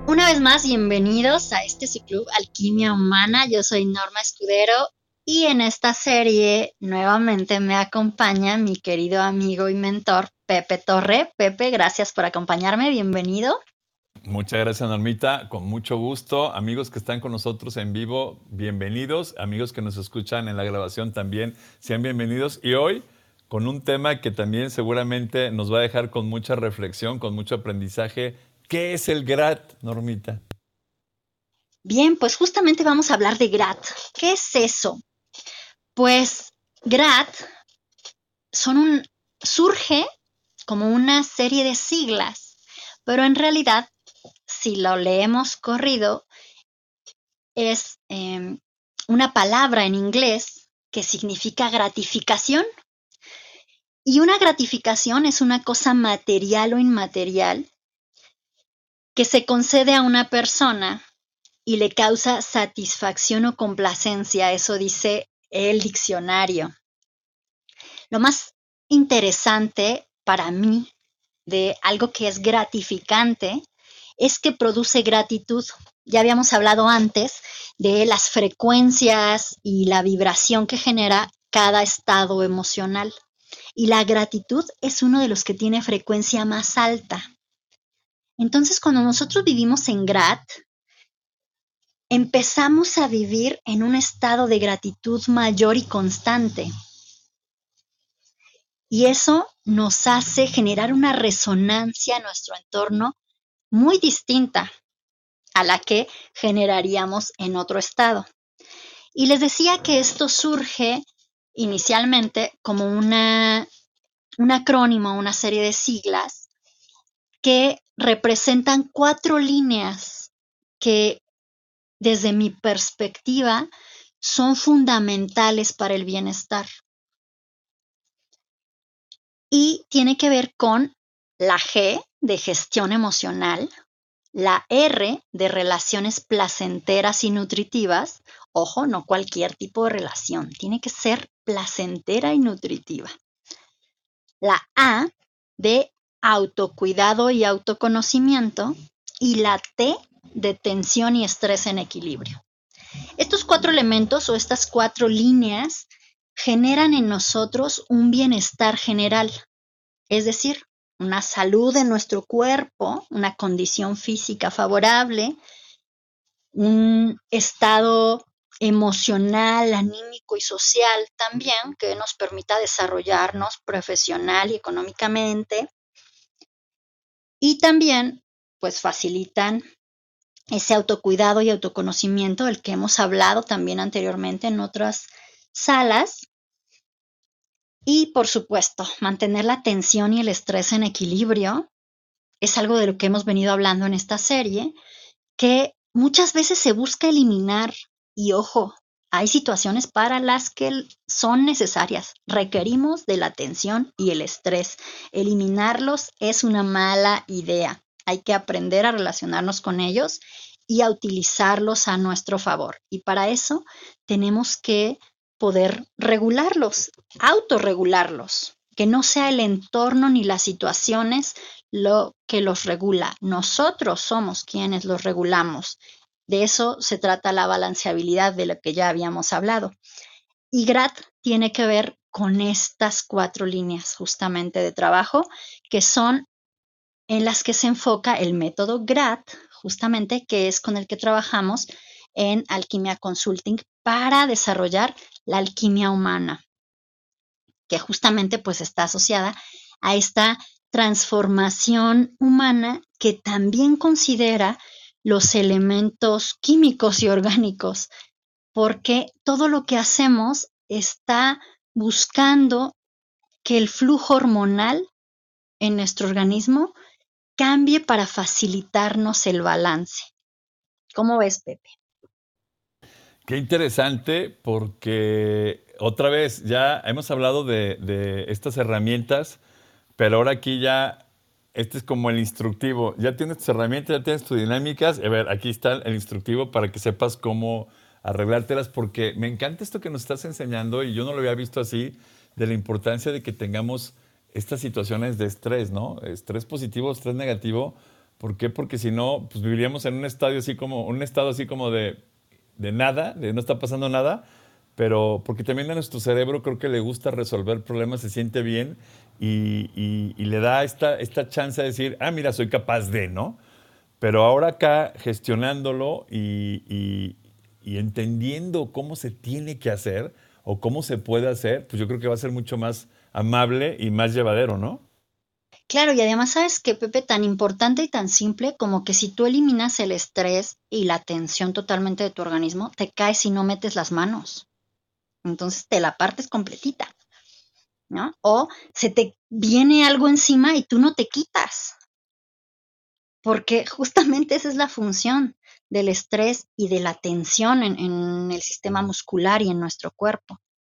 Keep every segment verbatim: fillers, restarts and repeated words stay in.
Una vez más, bienvenidos a este su club Alquimia Humana. Yo soy Norma Escudero y en esta serie nuevamente me acompaña mi querido amigo y mentor Pepe Torre. Pepe, gracias por acompañarme, bienvenido. Muchas gracias, Normita. Con mucho gusto. Amigos que están con nosotros en vivo, bienvenidos. Amigos que nos escuchan en la grabación también, sean bienvenidos. Y hoy, con un tema que también seguramente nos va a dejar con mucha reflexión, con mucho aprendizaje. ¿Qué es el G R A T, Normita? Bien, pues justamente vamos a hablar de G R A T. ¿Qué es eso? Pues G R A T son un, surge como una serie de siglas, pero en realidad, si lo leemos corrido, es eh, una palabra en inglés que significa gratificación. Y una gratificación es una cosa material o inmaterial que se concede a una persona y le causa satisfacción o complacencia. Eso dice el diccionario. Lo más interesante para mí de algo que es gratificante es que produce gratitud. Ya habíamos hablado antes de las frecuencias y la vibración que genera cada estado emocional. Y la gratitud es uno de los que tiene frecuencia más alta. Entonces, cuando nosotros vivimos en G R A T, empezamos a vivir en un estado de gratitud mayor y constante. Y eso nos hace generar una resonancia en nuestro entorno muy distinta a la que generaríamos en otro estado. Y les decía que esto surge inicialmente como una, un acrónimo, una serie de siglas que representan cuatro líneas que desde mi perspectiva son fundamentales para el bienestar. Y tiene que ver con la G de gestión emocional, la R de relaciones placenteras y nutritivas. Ojo, no cualquier tipo de relación, tiene que ser placentera y nutritiva. La A de autocuidado y autoconocimiento y la T de tensión y estrés en equilibrio. Estos cuatro elementos o estas cuatro líneas generan en nosotros un bienestar general, es decir, una salud en nuestro cuerpo, una condición física favorable, un estado emocional, anímico y social también que nos permita desarrollarnos profesional y económicamente, y también pues facilitan ese autocuidado y autoconocimiento del que hemos hablado también anteriormente en otras salas. Y por supuesto, mantener la tensión y el estrés en equilibrio es algo de lo que hemos venido hablando en esta serie, que muchas veces se busca eliminar. Y ojo, hay situaciones para las que son necesarias. Requerimos de la tensión y el estrés. Eliminarlos es una mala idea. Hay que aprender a relacionarnos con ellos y a utilizarlos a nuestro favor. Y para eso tenemos que poder regularlos, autorregularlos, que no sea el entorno ni las situaciones lo que los regula. Nosotros somos quienes los regulamos. De eso se trata la balanceabilidad de lo que ya habíamos hablado. Y G R A T tiene que ver con estas cuatro líneas justamente de trabajo, que son en las que se enfoca el método G R A T, justamente, que es con el que trabajamos en Alquimia Consulting para desarrollar la alquimia humana, que justamente pues está asociada a esta transformación humana que también considera los elementos químicos y orgánicos, porque todo lo que hacemos está buscando que el flujo hormonal en nuestro organismo cambie para facilitarnos el balance. ¿Cómo ves, Pepe? Qué interesante, porque otra vez ya hemos hablado de, de estas herramientas, pero ahora aquí ya, este es como el instructivo. Ya tienes tus herramientas, ya tienes tus dinámicas. A ver, aquí está el instructivo para que sepas cómo arreglártelas, porque me encanta esto que nos estás enseñando y yo no lo había visto así, de la importancia de que tengamos estas situaciones de estrés, ¿no? Estrés positivo, estrés negativo, ¿Por qué? Porque si no, pues viviríamos en un estadio así como, un estado así como de, de nada, de no está pasando nada, pero porque también a nuestro cerebro creo que le gusta resolver problemas, se siente bien y, y- y le da esta, esta chance de decir, ah, mira, soy capaz de, ¿no? Pero ahora acá gestionándolo y, y- y entendiendo cómo se tiene que hacer o cómo se puede hacer, pues yo creo que va a ser mucho más amable y más llevadero, ¿no? Claro, y además sabes que, Pepe, tan importante y tan simple como que si tú eliminas el estrés y la tensión totalmente de tu organismo, te caes y no metes las manos. Entonces te la partes completita, ¿no? O se te viene algo encima y tú no te quitas, porque justamente esa es la función del estrés y de la tensión en, en el sistema muscular y en nuestro cuerpo.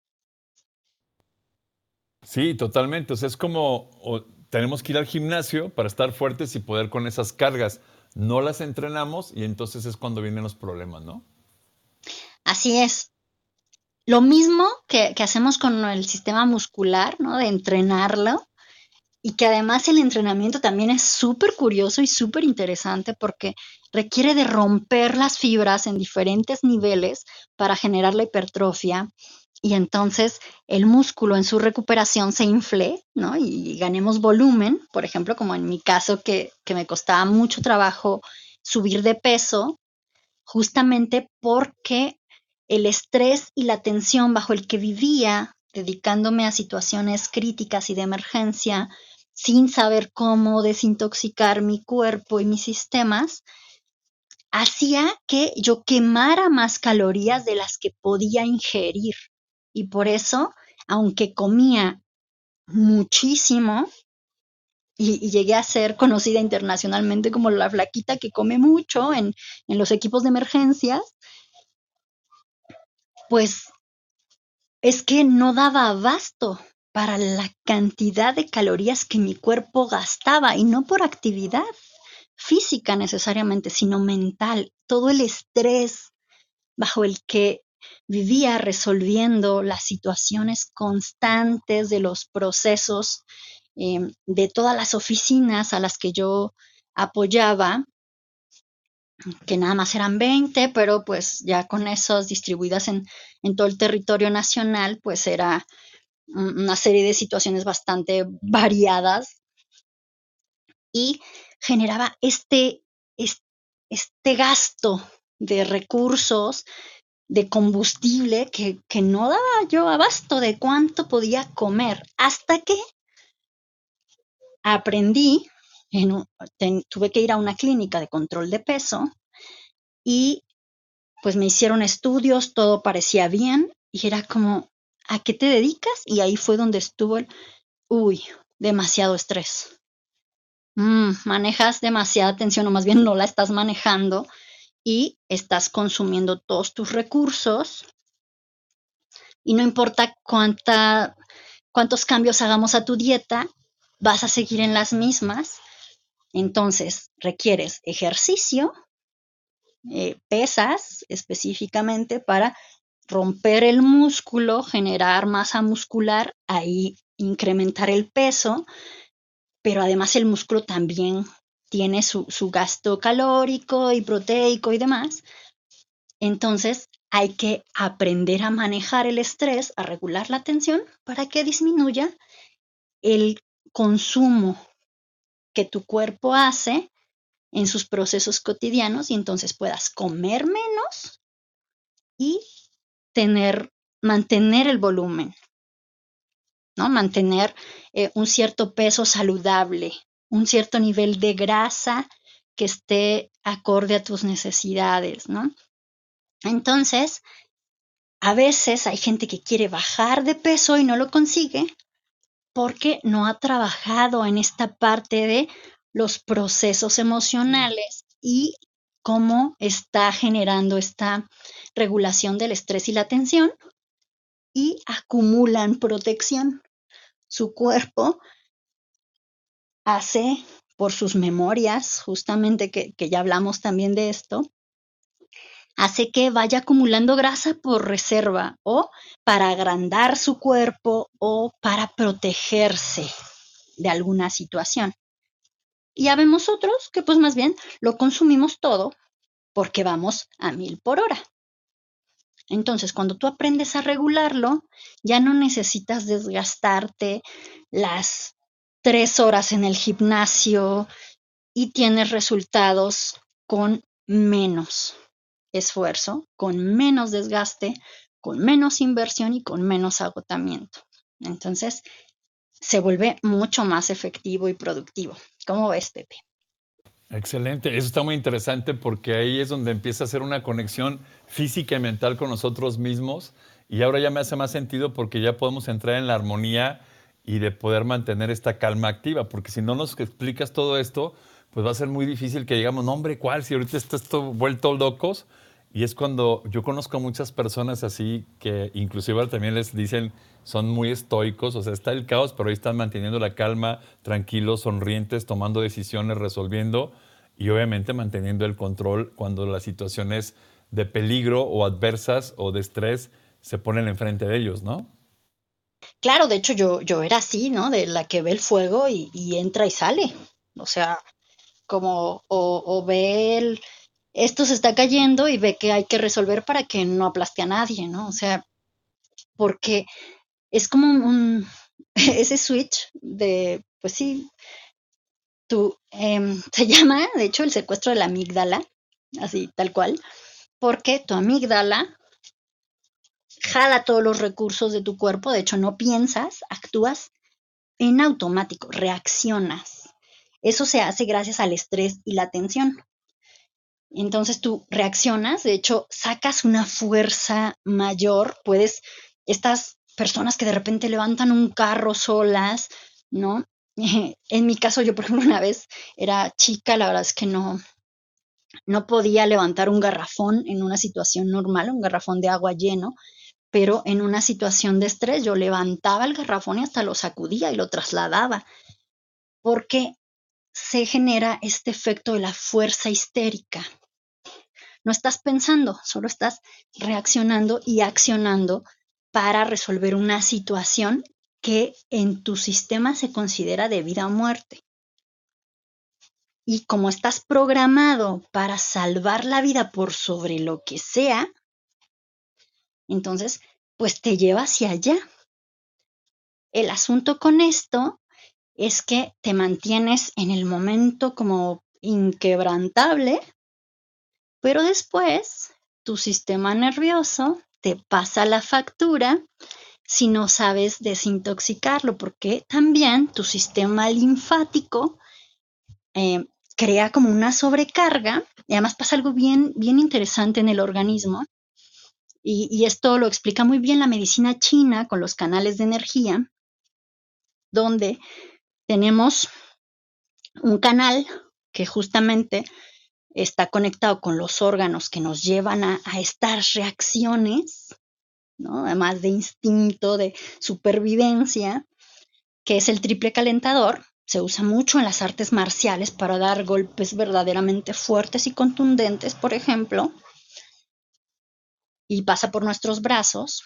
Sí, totalmente. O sea, es como o tenemos que ir al gimnasio para estar fuertes y poder con esas cargas. No las entrenamos y entonces es cuando vienen los problemas, ¿no? Así es. Lo mismo que, que hacemos con el sistema muscular, ¿no? De entrenarlo. Y que además el entrenamiento también es súper curioso y súper interesante porque requiere de romper las fibras en diferentes niveles para generar la hipertrofia y entonces el músculo en su recuperación se infle, ¿no? Y ganemos volumen, por ejemplo, como en mi caso que, que me costaba mucho trabajo subir de peso, justamente porque el estrés y la tensión bajo el que vivía, dedicándome a situaciones críticas y de emergencia, sin saber cómo desintoxicar mi cuerpo y mis sistemas, hacía que yo quemara más calorías de las que podía ingerir. Y por eso, aunque comía muchísimo, y, y llegué a ser conocida internacionalmente como la flaquita que come mucho en, en los equipos de emergencias, pues es que no daba abasto para la cantidad de calorías que mi cuerpo gastaba y no por actividad física necesariamente, sino mental. Todo el estrés bajo el que vivía resolviendo las situaciones constantes de los procesos eh, de todas las oficinas a las que yo apoyaba, que nada más eran veinte, pero pues ya con esos distribuidas en, en todo el territorio nacional, pues era una serie de situaciones bastante variadas y generaba este, este, este gasto de recursos, de combustible que, que no daba yo abasto de cuánto podía comer, hasta que aprendí, en un, ten, tuve que ir a una clínica de control de peso y pues me hicieron estudios, todo parecía bien y era como, ¿a qué te dedicas? Y ahí fue donde estuvo el, uy, demasiado estrés. Mm, manejas demasiada tensión o más bien no la estás manejando y estás consumiendo todos tus recursos y no importa cuánta, cuántos cambios hagamos a tu dieta, vas a seguir en las mismas. Entonces requieres ejercicio, eh, pesas específicamente para romper el músculo, generar masa muscular, ahí incrementar el peso, pero además el músculo también tiene su, su gasto calórico y proteico y demás. Entonces hay que aprender a manejar el estrés, a regular la tensión para que disminuya el consumo que tu cuerpo hace en sus procesos cotidianos y entonces puedas comer menos y tener, mantener el volumen, ¿no? Mantener eh, un cierto peso saludable, un cierto nivel de grasa que esté acorde a tus necesidades, ¿no? Entonces, a veces hay gente que quiere bajar de peso y no lo consigue porque no ha trabajado en esta parte de los procesos emocionales y cómo está generando esta regulación del estrés y la tensión y acumulan protección. Su cuerpo hace por sus memorias, justamente que, que ya hablamos también de esto, hace que vaya acumulando grasa por reserva o para agrandar su cuerpo o para protegerse de alguna situación. Y ya vemos otros que pues más bien lo consumimos todo porque vamos a mil por hora. Entonces, cuando tú aprendes a regularlo, ya no necesitas desgastarte las tres horas en el gimnasio y tienes resultados con menos esfuerzo, con menos desgaste, con menos inversión y con menos agotamiento. Entonces, se vuelve mucho más efectivo y productivo. ¿Cómo ves, Pepe? Excelente, eso está muy interesante porque ahí es donde empieza a hacer una conexión física y mental con nosotros mismos y ahora ya me hace más sentido porque ya podemos entrar en la armonía y de poder mantener esta calma activa, porque si no nos explicas todo esto, pues va a ser muy difícil que digamos, no hombre, ¿cuál? Si ahorita está esto vuelto locos. Y es cuando yo conozco a muchas personas así que inclusive también les dicen son muy estoicos, o sea, está el caos, pero ahí están manteniendo la calma, tranquilos, sonrientes, tomando decisiones, resolviendo y obviamente manteniendo el control cuando las situaciones de peligro o adversas o de estrés se ponen enfrente de ellos, ¿no? Claro, de hecho yo, yo era así, ¿no? De la que ve el fuego y, y entra y sale. O sea, como o, o ve el, esto se está cayendo y ve que hay que resolver para que no aplaste a nadie, ¿no? O sea, porque es como un, ese switch de, pues sí, tú, eh, se llama, de hecho, el secuestro de la amígdala, así, tal cual, porque tu amígdala jala todos los recursos de tu cuerpo, de hecho, no piensas, actúas en automático, reaccionas. Eso se hace gracias al estrés y la tensión. Entonces tú reaccionas, de hecho, sacas una fuerza mayor, puedes, estas personas que de repente levantan un carro solas, ¿no? En mi caso, yo, por ejemplo, una vez era chica, la verdad es que no, no podía levantar un garrafón en una situación normal, un garrafón de agua lleno, pero en una situación de estrés yo levantaba el garrafón y hasta lo sacudía y lo trasladaba, porque se genera este efecto de la fuerza histérica. No estás pensando, solo estás reaccionando y accionando para resolver una situación que en tu sistema se considera de vida o muerte. Y como estás programado para salvar la vida por sobre lo que sea, entonces, pues te lleva hacia allá. El asunto con esto es que te mantienes en el momento como inquebrantable, pero después tu sistema nervioso te pasa la factura si no sabes desintoxicarlo, porque también tu sistema linfático eh, crea como una sobrecarga y además pasa algo bien, bien interesante en el organismo y, y esto lo explica muy bien la medicina china con los canales de energía, donde tenemos un canal que justamente está conectado con los órganos que nos llevan a, a estas reacciones, ¿no? Además de instinto, de supervivencia, que es el triple calentador. Se usa mucho en las artes marciales para dar golpes verdaderamente fuertes y contundentes, por ejemplo, y pasa por nuestros brazos.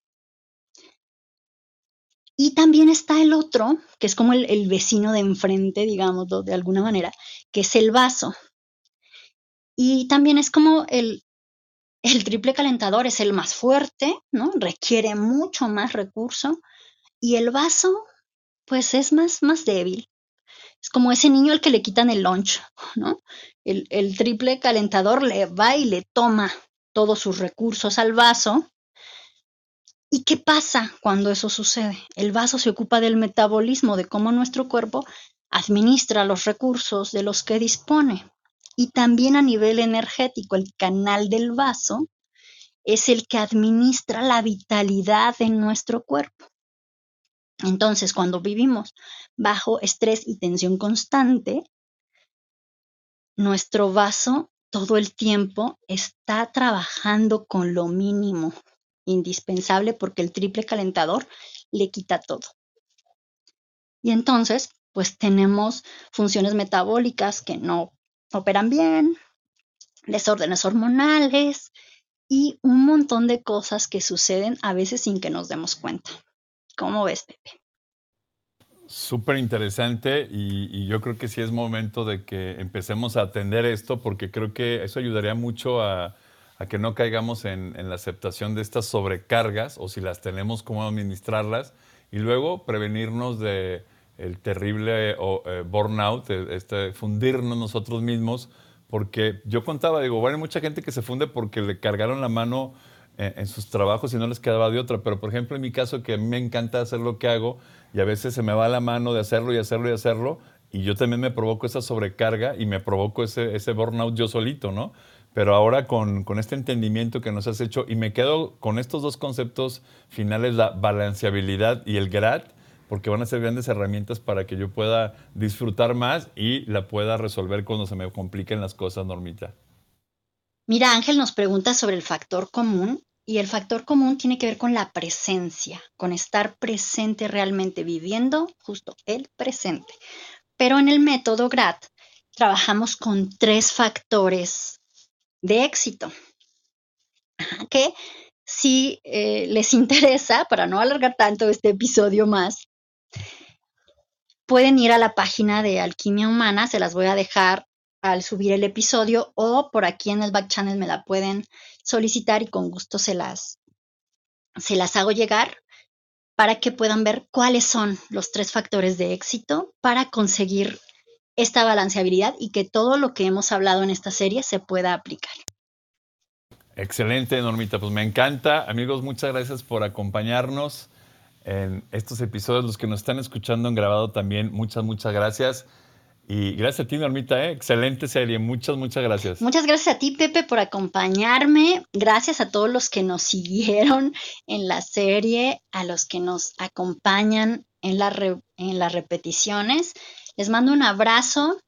Y también está el otro, que es como el, el vecino de enfrente, digamos, de alguna manera, que es el vaso. Y también es como el, el triple calentador, es el más fuerte, ¿no? Requiere mucho más recurso. Y el vaso, pues es más, más débil. Es como ese niño al que le quitan el lunch, ¿no? El, el triple calentador le va y le toma todos sus recursos al vaso. ¿Y qué pasa cuando eso sucede? El vaso se ocupa del metabolismo, de cómo nuestro cuerpo administra los recursos de los que dispone. Y también a nivel energético, el canal del vaso es el que administra la vitalidad en nuestro cuerpo. Entonces, cuando vivimos bajo estrés y tensión constante, nuestro vaso todo el tiempo está trabajando con lo mínimo indispensable porque el triple calentador le quita todo. Y entonces, pues tenemos funciones metabólicas que no operan bien, desórdenes hormonales y un montón de cosas que suceden a veces sin que nos demos cuenta. ¿Cómo ves, Pepe? Súper interesante y, y yo creo que sí es momento de que empecemos a atender esto porque creo que eso ayudaría mucho a, a que no caigamos en, en la aceptación de estas sobrecargas o si las tenemos, cómo administrarlas y luego prevenirnos de el terrible o, eh, burnout, eh, este, fundirnos nosotros mismos, porque yo contaba, digo, bueno, hay mucha gente que se funde porque le cargaron la mano en, en sus trabajos y no les quedaba de otra, pero por ejemplo en mi caso que a mí me encanta hacer lo que hago, y a veces se me va la mano de hacerlo y hacerlo y hacerlo y yo también me provoco esa sobrecarga y me provoco ese, ese burnout yo solito, ¿no? Pero ahora con, con este entendimiento que nos has hecho y me quedo con estos dos conceptos finales, la balanceabilidad y el G R A T, porque van a ser grandes herramientas para que yo pueda disfrutar más y la pueda resolver cuando se me compliquen las cosas, Normita. Mira, Ángel nos pregunta sobre el factor común y el factor común tiene que ver con la presencia, con estar presente realmente, viviendo justo el presente. Pero en el método G R A T trabajamos con tres factores de éxito que si eh, les interesa, para no alargar tanto este episodio más, pueden ir a la página de Alquimia Humana, se las voy a dejar al subir el episodio o por aquí en el back channel me la pueden solicitar y con gusto se las, se las hago llegar para que puedan ver cuáles son los tres factores de éxito para conseguir esta balanceabilidad y que todo lo que hemos hablado en esta serie se pueda aplicar. Excelente, Normita. Pues me encanta. Amigos, muchas gracias por acompañarnos en estos episodios. Los que nos están escuchando en grabado también, muchas, muchas gracias. Y gracias a ti, Normita, ¿eh? Excelente serie. Muchas, muchas gracias. Muchas gracias a ti, Pepe, por acompañarme. Gracias a todos los que nos siguieron en la serie, a los que nos acompañan en, la re- en las repeticiones. Les mando un abrazo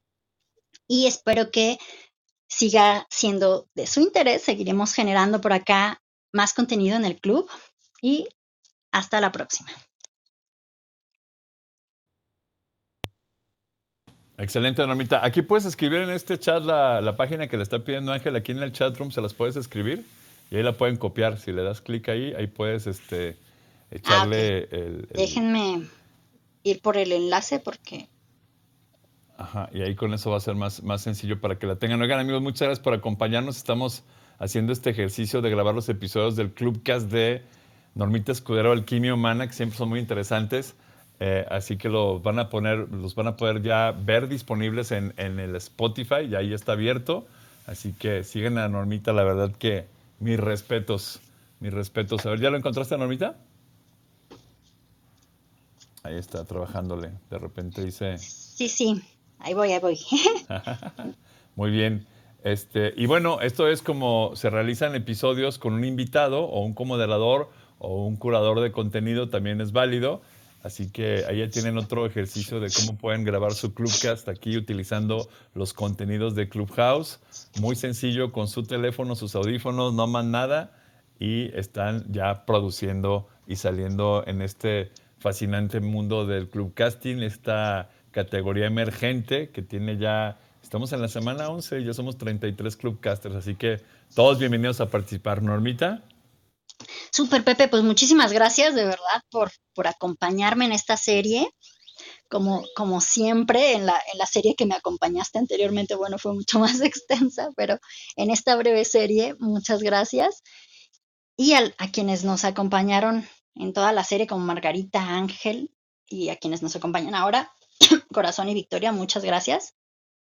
y espero que siga siendo de su interés. Seguiremos generando por acá más contenido en el club y hasta la próxima. Excelente, Normita. Aquí puedes escribir en este chat la, la página que le está pidiendo Ángel. Aquí en el chat room se las puedes escribir y ahí la pueden copiar. Si le das clic ahí, ahí puedes este, Ah, ok. echarle el, el- Déjenme ir por el enlace porque Ajá, y ahí con eso va a ser más, más sencillo para que la tengan. Oigan, amigos, muchas gracias por acompañarnos. Estamos haciendo este ejercicio de grabar los episodios del Clubcast de Normita Escudero Alquimia Humana, que siempre son muy interesantes. Eh, así que los van a poner, los van a poder ya ver disponibles en, en el Spotify, y ahí está abierto. Así que siguen a Normita, la verdad que mis respetos, mis respetos. A ver, ¿ya lo encontraste, Normita? Ahí está, trabajándole. De repente dice. sí, sí, ahí voy, ahí voy. Muy bien. Este, y bueno, esto es como se realizan episodios con un invitado o un comoderador o un curador de contenido, también es válido. Así que ahí ya tienen otro ejercicio de cómo pueden grabar su Clubcast aquí utilizando los contenidos de Clubhouse. Muy sencillo, con su teléfono, sus audífonos, no más nada. Y están ya produciendo y saliendo en este fascinante mundo del Clubcasting, esta categoría emergente que tiene ya. Estamos en la semana once y ya somos treinta y tres Clubcasters, así que todos bienvenidos a participar. Normita. Súper, Pepe, pues muchísimas gracias de verdad por, por acompañarme en esta serie. Como, como siempre, en la, en la serie que me acompañaste anteriormente, bueno, fue mucho más extensa, pero en esta breve serie, muchas gracias. Y al- a quienes nos acompañaron en toda la serie, como Margarita, Ángel, y a quienes nos acompañan ahora, Corazón y Victoria, muchas gracias.